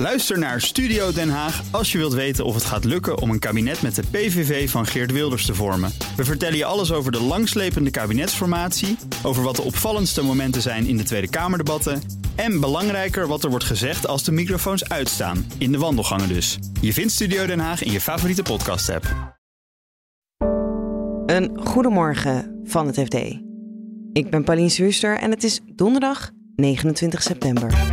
Luister naar Studio Den Haag als je wilt weten of het gaat lukken om een kabinet met de PVV van Geert Wilders te vormen. We vertellen je alles over de langslepende kabinetsformatie, over wat de opvallendste momenten zijn in de Tweede Kamerdebatten en belangrijker wat er wordt gezegd als de microfoons uitstaan, in de wandelgangen dus. Je vindt Studio Den Haag in je favoriete podcast-app. Een goedemorgen van het FD. Ik ben Paulien Swuster en het is donderdag 29 september.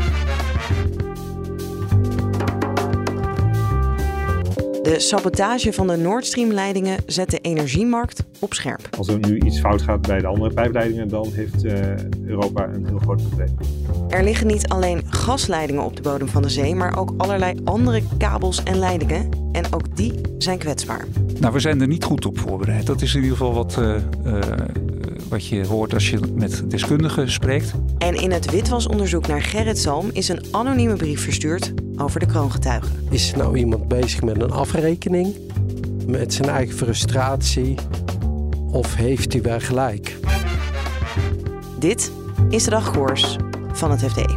De sabotage van de Nord Stream-leidingen zet de energiemarkt op scherp. Als er nu iets fout gaat bij de andere pijpleidingen, dan heeft Europa een heel groot probleem. Er liggen niet alleen gasleidingen op de bodem van de zee, maar ook allerlei andere kabels en leidingen. En ook die zijn kwetsbaar. Nou, we zijn er niet goed op voorbereid. Dat is in ieder geval wat je hoort als je met deskundigen spreekt. En in het witwasonderzoek naar Gerrit Zalm is een anonieme brief verstuurd over de kroongetuigen. Is nou iemand bezig met een afrekening, met zijn eigen frustratie, of heeft hij wel gelijk? Dit is de dagkoers van het FD.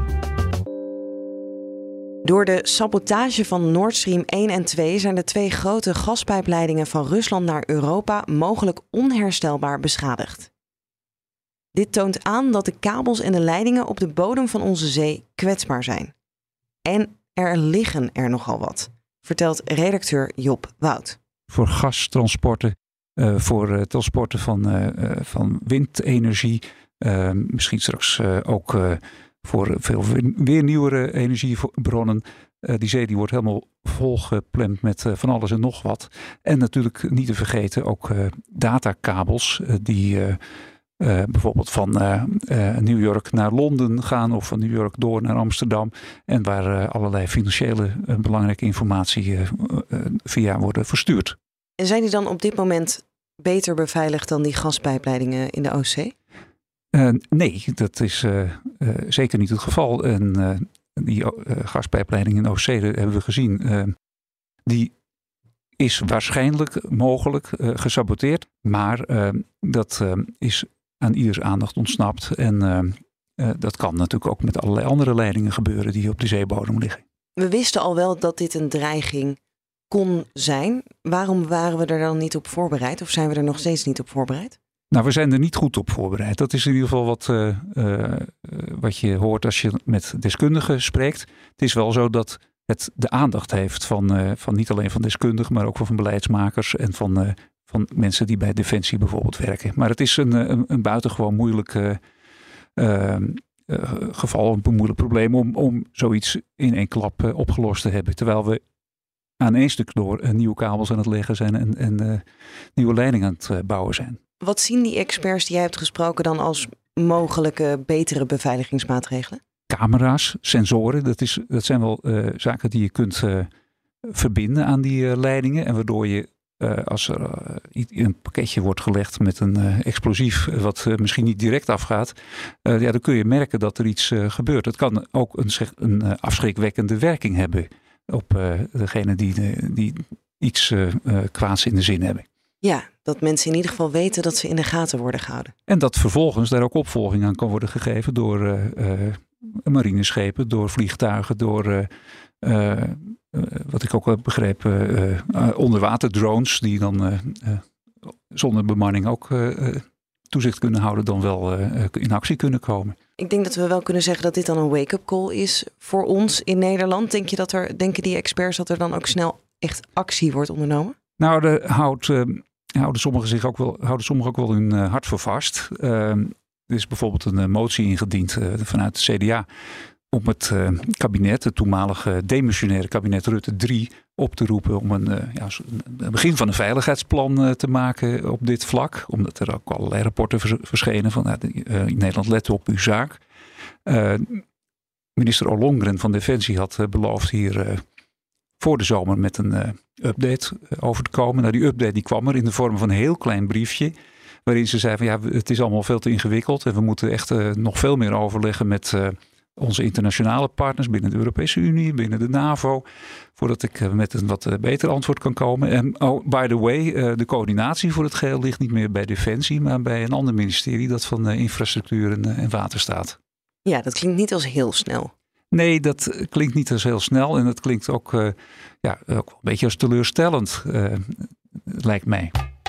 Door de sabotage van Nord Stream 1 en 2 zijn de twee grote gaspijpleidingen van Rusland naar Europa mogelijk onherstelbaar beschadigd. Dit toont aan dat de kabels en de leidingen op de bodem van onze zee kwetsbaar zijn. En er liggen er nogal wat, vertelt redacteur Job Wout. Voor gastransporten, voor transporten van windenergie, misschien straks ook voor veel weer nieuwere energiebronnen. Die zee die wordt helemaal volgeplemd met van alles en nog wat. En natuurlijk niet te vergeten ook datakabels die bijvoorbeeld van New York naar Londen gaan of van New York door naar Amsterdam. En waar allerlei financiële belangrijke informatie via worden verstuurd. En zijn die dan op dit moment beter beveiligd dan die gaspijpleidingen in de Oostzee? Nee, dat is zeker niet het geval. En die gaspijpleiding in de Oostzee hebben we gezien. Die is waarschijnlijk mogelijk gesaboteerd. Maar dat is aan ieders aandacht ontsnapt. En dat kan natuurlijk ook met allerlei andere leidingen gebeuren die op de zeebodem liggen. We wisten al wel dat dit een dreiging kon zijn. Waarom waren we er dan niet op voorbereid? Of zijn we er nog steeds niet op voorbereid? Nou, we zijn er niet goed op voorbereid. Dat is in ieder geval wat je hoort als je met deskundigen spreekt. Het is wel zo dat het de aandacht heeft van niet alleen van deskundigen, maar ook van beleidsmakers en van mensen die bij Defensie bijvoorbeeld werken. Maar het is een buitengewoon moeilijk geval, een moeilijk probleem om zoiets in één klap opgelost te hebben. Terwijl we aan één stuk door nieuwe kabels aan het leggen zijn en nieuwe leidingen aan het bouwen zijn. Wat zien die experts die jij hebt gesproken dan als mogelijke betere beveiligingsmaatregelen? Camera's, sensoren, dat zijn wel zaken die je kunt verbinden aan die leidingen. En waardoor je als er een pakketje wordt gelegd met een explosief wat misschien niet direct afgaat. Dan kun je merken dat er iets gebeurt. Het kan ook een afschrikwekkende werking hebben op degene die iets kwaads in de zin hebben. Ja, dat mensen in ieder geval weten dat ze in de gaten worden gehouden. En dat vervolgens daar ook opvolging aan kan worden gegeven door marineschepen, door vliegtuigen, door wat ik ook heb begrepen, onderwaterdrones die dan zonder bemanning ook toezicht kunnen houden, dan wel in actie kunnen komen. Ik denk dat we wel kunnen zeggen dat dit dan een wake-up call is voor ons in Nederland. Denken die experts dat er dan ook snel echt actie wordt ondernomen? Nou, houden sommigen ook wel hun hart voor vast. Er is bijvoorbeeld een motie ingediend vanuit het CDA om het kabinet, het toenmalige demissionaire kabinet Rutte 3, op te roepen om een begin van een veiligheidsplan te maken op dit vlak. Omdat er ook allerlei rapporten verschenen van Nederland let op uw zaak. Minister Ollongren van Defensie had beloofd hier voor de zomer met een update over te komen. Nou, die update die kwam er in de vorm van een heel klein briefje. Waarin ze zei van het is allemaal veel te ingewikkeld. En we moeten echt nog veel meer overleggen met onze internationale partners binnen de Europese Unie, binnen de NAVO. Voordat ik met een wat beter antwoord kan komen. En by the way, de coördinatie voor het geheel ligt niet meer bij Defensie, maar bij een ander ministerie, dat van Infrastructuur en Waterstaat. Ja, dat klinkt niet als heel snel. Nee, dat klinkt niet eens heel snel. En dat klinkt ook, ook een beetje als teleurstellend, lijkt mij.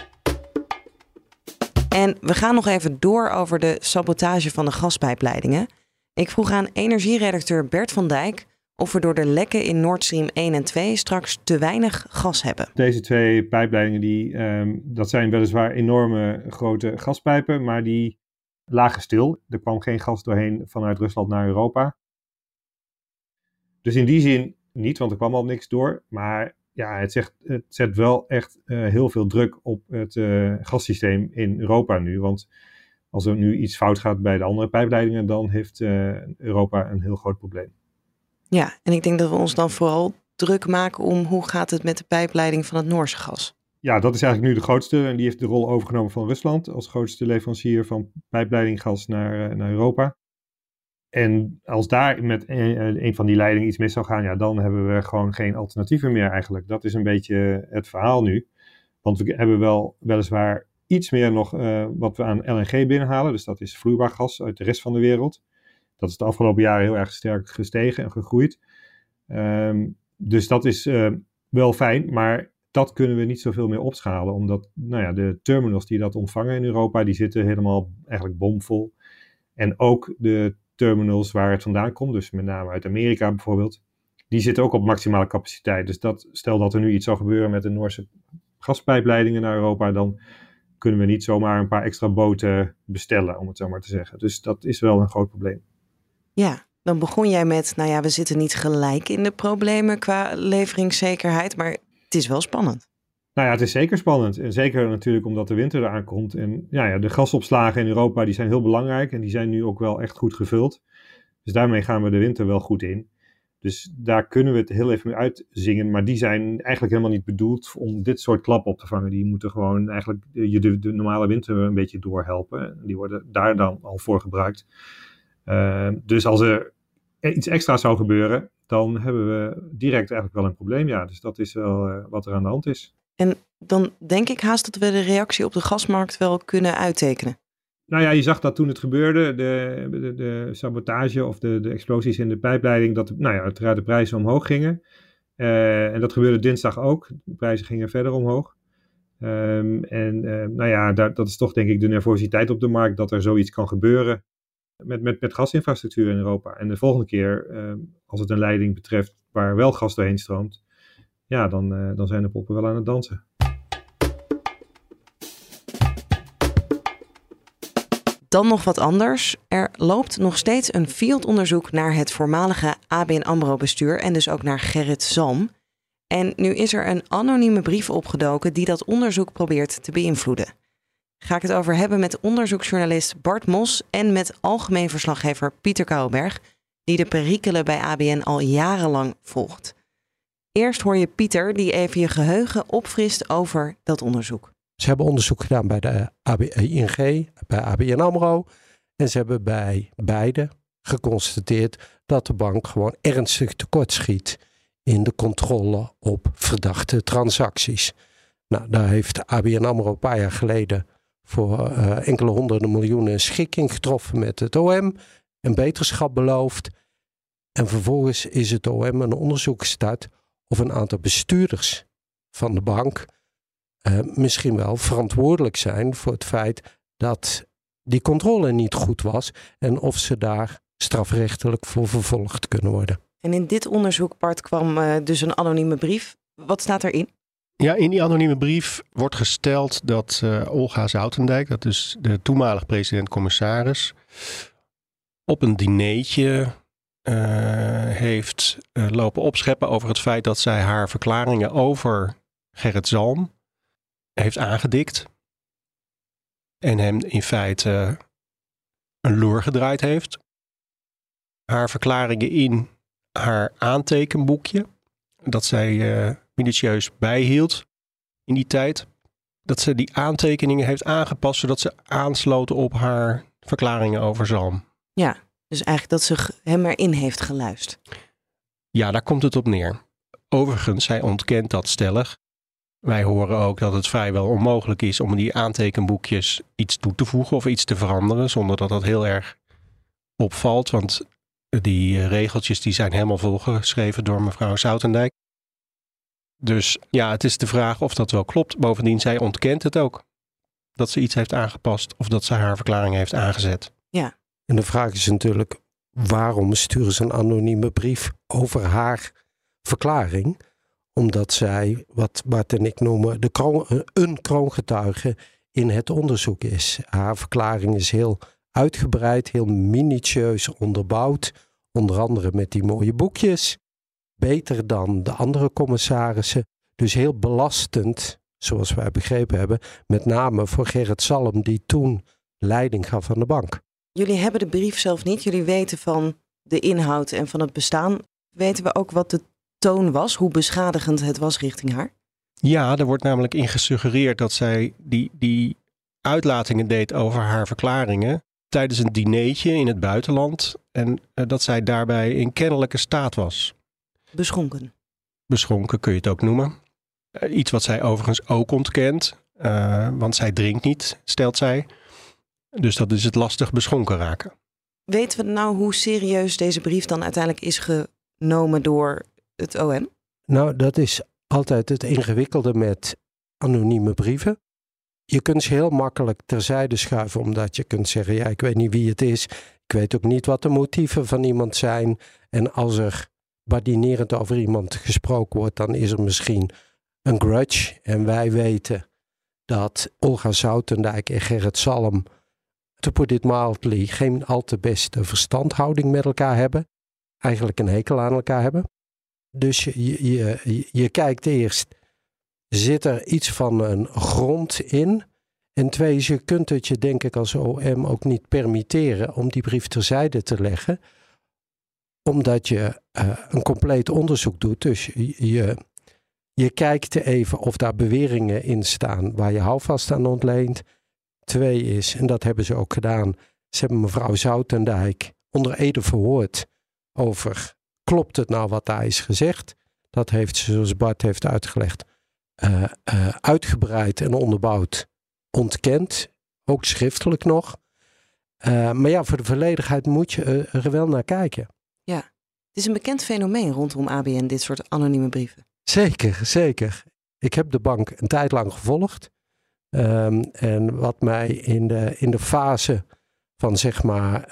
En we gaan nog even door over de sabotage van de gaspijpleidingen. Ik vroeg aan energieredacteur Bert van Dijk of we door de lekken in Nord Stream 1 en 2 straks te weinig gas hebben. Deze 2 pijpleidingen, dat zijn weliswaar enorme grote gaspijpen, maar die lagen stil. Er kwam geen gas doorheen vanuit Rusland naar Europa. Dus in die zin niet, want er kwam al niks door. Maar ja, het zet wel echt heel veel druk op het gassysteem in Europa nu. Want als er nu iets fout gaat bij de andere pijpleidingen, dan heeft Europa een heel groot probleem. Ja, en ik denk dat we ons dan vooral druk maken om hoe gaat het met de pijpleiding van het Noorse gas. Ja, dat is eigenlijk nu de grootste. En die heeft de rol overgenomen van Rusland als grootste leverancier van pijpleidinggas naar Europa. En als daar met een van die leidingen iets mis zou gaan, ja, dan hebben we gewoon geen alternatieven meer eigenlijk. Dat is een beetje het verhaal nu. Want we hebben weliswaar iets meer nog wat we aan LNG binnenhalen. Dus dat is vloeibaar gas uit de rest van de wereld. Dat is de afgelopen jaren heel erg sterk gestegen en gegroeid. Dus dat is wel fijn, maar dat kunnen we niet zoveel meer opschalen. Omdat de terminals die dat ontvangen in Europa, die zitten helemaal eigenlijk bomvol. En ook de terminals waar het vandaan komt, dus met name uit Amerika bijvoorbeeld, die zitten ook op maximale capaciteit. Dus stel dat er nu iets zou gebeuren met de Noorse gaspijpleidingen naar Europa, dan kunnen we niet zomaar een paar extra boten bestellen, om het zo maar te zeggen. Dus dat is wel een groot probleem. Ja, dan begon jij met, we zitten niet gelijk in de problemen qua leveringszekerheid, maar het is wel spannend. Nou ja, het is zeker spannend. En zeker natuurlijk omdat de winter eraan komt. En de gasopslagen in Europa die zijn heel belangrijk. En die zijn nu ook wel echt goed gevuld. Dus daarmee gaan we de winter wel goed in. Dus daar kunnen we het heel even mee uitzingen. Maar die zijn eigenlijk helemaal niet bedoeld om dit soort klap op te vangen. Die moeten gewoon eigenlijk de normale winter een beetje doorhelpen. Die worden daar dan al voor gebruikt. Dus als er iets extra zou gebeuren, dan hebben we direct eigenlijk wel een probleem. Ja, dus dat is wel wat er aan de hand is. En dan denk ik haast dat we de reactie op de gasmarkt wel kunnen uittekenen. Nou ja, je zag dat toen het gebeurde, de sabotage of de explosies in de pijpleiding, dat uiteraard de prijzen omhoog gingen. En dat gebeurde dinsdag ook. De prijzen gingen verder omhoog. Dat is toch denk ik de nervositeit op de markt dat er zoiets kan gebeuren met gasinfrastructuur in Europa. En de volgende keer, als het een leiding betreft waar wel gas doorheen stroomt, ja, dan zijn de poppen wel aan het dansen. Dan nog wat anders. Er loopt nog steeds een fieldonderzoek naar het voormalige ABN AMRO-bestuur en dus ook naar Gerrit Zalm. En nu is er een anonieme brief opgedoken die dat onderzoek probeert te beïnvloeden. Ga ik het over hebben met onderzoeksjournalist Bart Mos en met algemeen verslaggever Pieter Kouwenberg, die de perikelen bij ABN al jarenlang volgt. Eerst hoor je Pieter die even je geheugen opfrist over dat onderzoek. Ze hebben onderzoek gedaan bij de ING, bij ABN AMRO. En ze hebben bij beide geconstateerd dat de bank gewoon ernstig tekortschiet in de controle op verdachte transacties. Nou, daar heeft ABN AMRO een paar jaar geleden voor enkele honderden miljoenen een schikking getroffen met het OM. Een beterschap beloofd. En vervolgens is het OM een onderzoek gestart of een aantal bestuurders van de bank misschien wel verantwoordelijk zijn voor het feit dat die controle niet goed was en of ze daar strafrechtelijk voor vervolgd kunnen worden. En in dit onderzoek, Bart, kwam dus een anonieme brief. Wat staat erin? Ja, in die anonieme brief wordt gesteld dat Olga Zoutendijk, dat is de toenmalig president-commissaris, op een dinertje heeft lopen opscheppen over het feit dat zij haar verklaringen over Gerrit Zalm heeft aangedikt. En hem in feite een loer gedraaid heeft. Haar verklaringen in haar aantekenboekje, dat zij minutieus bijhield in die tijd, dat ze die aantekeningen heeft aangepast zodat ze aansloten op haar verklaringen over Zalm. Ja, dus eigenlijk dat ze hem erin heeft geluisterd. Ja, daar komt het op neer. Overigens, zij ontkent dat stellig. Wij horen ook dat het vrijwel onmogelijk is om in die aantekenboekjes iets toe te voegen of iets te veranderen, zonder dat dat heel erg opvalt. Want Die regeltjes die zijn helemaal volgeschreven door mevrouw Zoutendijk. Dus ja, het is de vraag of dat wel klopt. Bovendien, zij ontkent het ook. Dat ze iets heeft aangepast of dat ze haar verklaring heeft aangezet. Ja. En de vraag is natuurlijk, waarom sturen ze een anonieme brief over haar verklaring? Omdat zij, wat Bart en ik noemen, een kroongetuige in het onderzoek is. Haar verklaring is heel uitgebreid, heel minutieus onderbouwd. Onder andere met die mooie boekjes. Beter dan de andere commissarissen. Dus heel belastend, zoals wij begrepen hebben. Met name voor Gerrit Salm, die toen leiding gaf aan de bank. Jullie hebben de brief zelf niet. Jullie weten van de inhoud en van het bestaan. Weten we ook wat de toon was? Hoe beschadigend het was richting haar? Ja, er wordt namelijk in gesuggereerd dat zij die uitlatingen deed over haar verklaringen tijdens een dinertje in het buitenland. En dat zij daarbij in kennelijke staat was. Beschonken. Beschonken kun je het ook noemen. Iets wat zij overigens ook ontkent. Want zij drinkt niet, stelt zij. Dus dat is het lastig beschonken raken. Weten we nou hoe serieus deze brief dan uiteindelijk is genomen door het OM? Nou, dat is altijd het ingewikkelde met anonieme brieven. Je kunt ze heel makkelijk terzijde schuiven, omdat je kunt zeggen, ja, ik weet niet wie het is. Ik weet ook niet wat de motieven van iemand zijn. En als er badinerend over iemand gesproken wordt, dan is er misschien een grudge. En wij weten dat Olga Zoutendijk en Gerrit Salm, to put it mildly, geen al te beste verstandhouding met elkaar hebben. Eigenlijk een hekel aan elkaar hebben. Dus je kijkt eerst, zit er iets van een grond in? En twee, je kunt het je denk ik als OM ook niet permitteren om die brief terzijde te leggen. Omdat je een compleet onderzoek doet. Dus je kijkt even of daar beweringen in staan waar je houvast aan ontleent. Twee is, en dat hebben ze ook gedaan, ze hebben mevrouw Zoutendijk onder ede verhoord over, klopt het nou wat daar is gezegd? Dat heeft ze, zoals Bart heeft uitgelegd, uitgebreid en onderbouwd ontkend. Ook schriftelijk nog. Maar ja, voor de volledigheid moet je er wel naar kijken. Ja, het is een bekend fenomeen rondom ABN, dit soort anonieme brieven. Zeker, zeker. Ik heb de bank een tijd lang gevolgd. En wat mij in de fase van zeg maar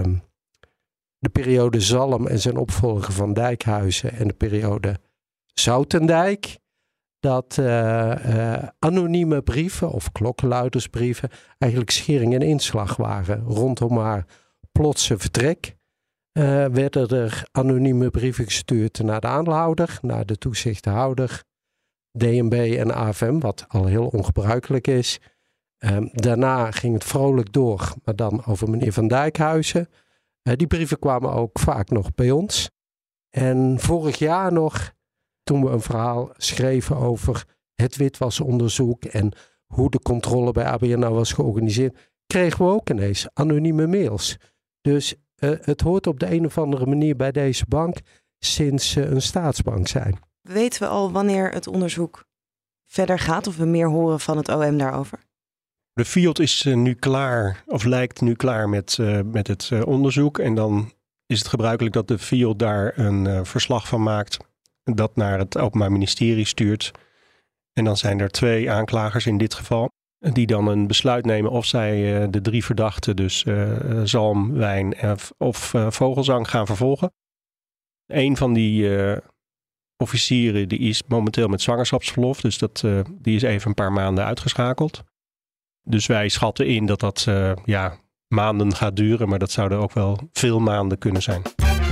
de periode Zalm en zijn opvolger Van Dijkhuizen en de periode Zoutendijk, dat anonieme brieven of klokkenluidersbrieven eigenlijk schering en inslag waren. Rondom haar plotse vertrek werden er anonieme brieven gestuurd naar de aandeelhouder, naar de toezichthouder, DNB en AFM, wat al heel ongebruikelijk is. Daarna ging het vrolijk door, maar dan over meneer Van Dijkhuizen. Die brieven kwamen ook vaak nog bij ons. En vorig jaar nog, toen we een verhaal schreven over het witwasonderzoek en hoe de controle bij ABN nou was georganiseerd, kregen we ook ineens anonieme mails. Dus het hoort op de een of andere manier bij deze bank sinds ze een staatsbank zijn. Weten we al wanneer het onderzoek verder gaat of we meer horen van het OM daarover? De FIOD is nu klaar, of lijkt nu klaar met het onderzoek. En dan is het gebruikelijk dat de FIOD daar een verslag van maakt. Dat naar het Openbaar Ministerie stuurt. En dan zijn er 2 aanklagers in dit geval. Die dan een besluit nemen of zij de 3 verdachten, dus Zalm, Wijn of Vogelzang, gaan vervolgen. Een van die officieren die is momenteel met zwangerschapsverlof. Dus die is even een paar maanden uitgeschakeld. Dus wij schatten in dat maanden gaat duren. Maar dat zouden ook wel veel maanden kunnen zijn.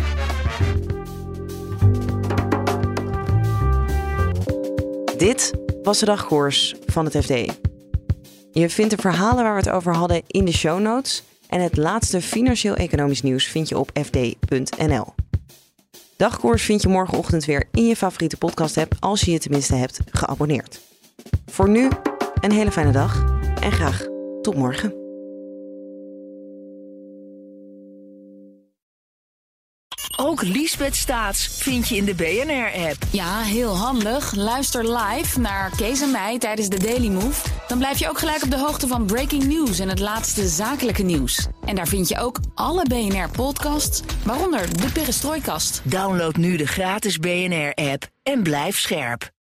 Dit was de dagkoers van het FD. Je vindt de verhalen waar we het over hadden in de show notes. En het laatste financieel-economisch nieuws vind je op fd.nl. Dagkoers vind je morgenochtend weer in je favoriete podcast-app als je je tenminste hebt geabonneerd. Voor nu een hele fijne dag en graag tot morgen. Ook Liesbeth Staats vind je in de BNR-app. Ja, heel handig. Luister live naar Kees en mij tijdens de Daily Move. Dan blijf je ook gelijk op de hoogte van breaking news en het laatste zakelijke nieuws. En daar vind je ook alle BNR-podcasts, waaronder de Perestrooikast. Download nu de gratis BNR-app en blijf scherp.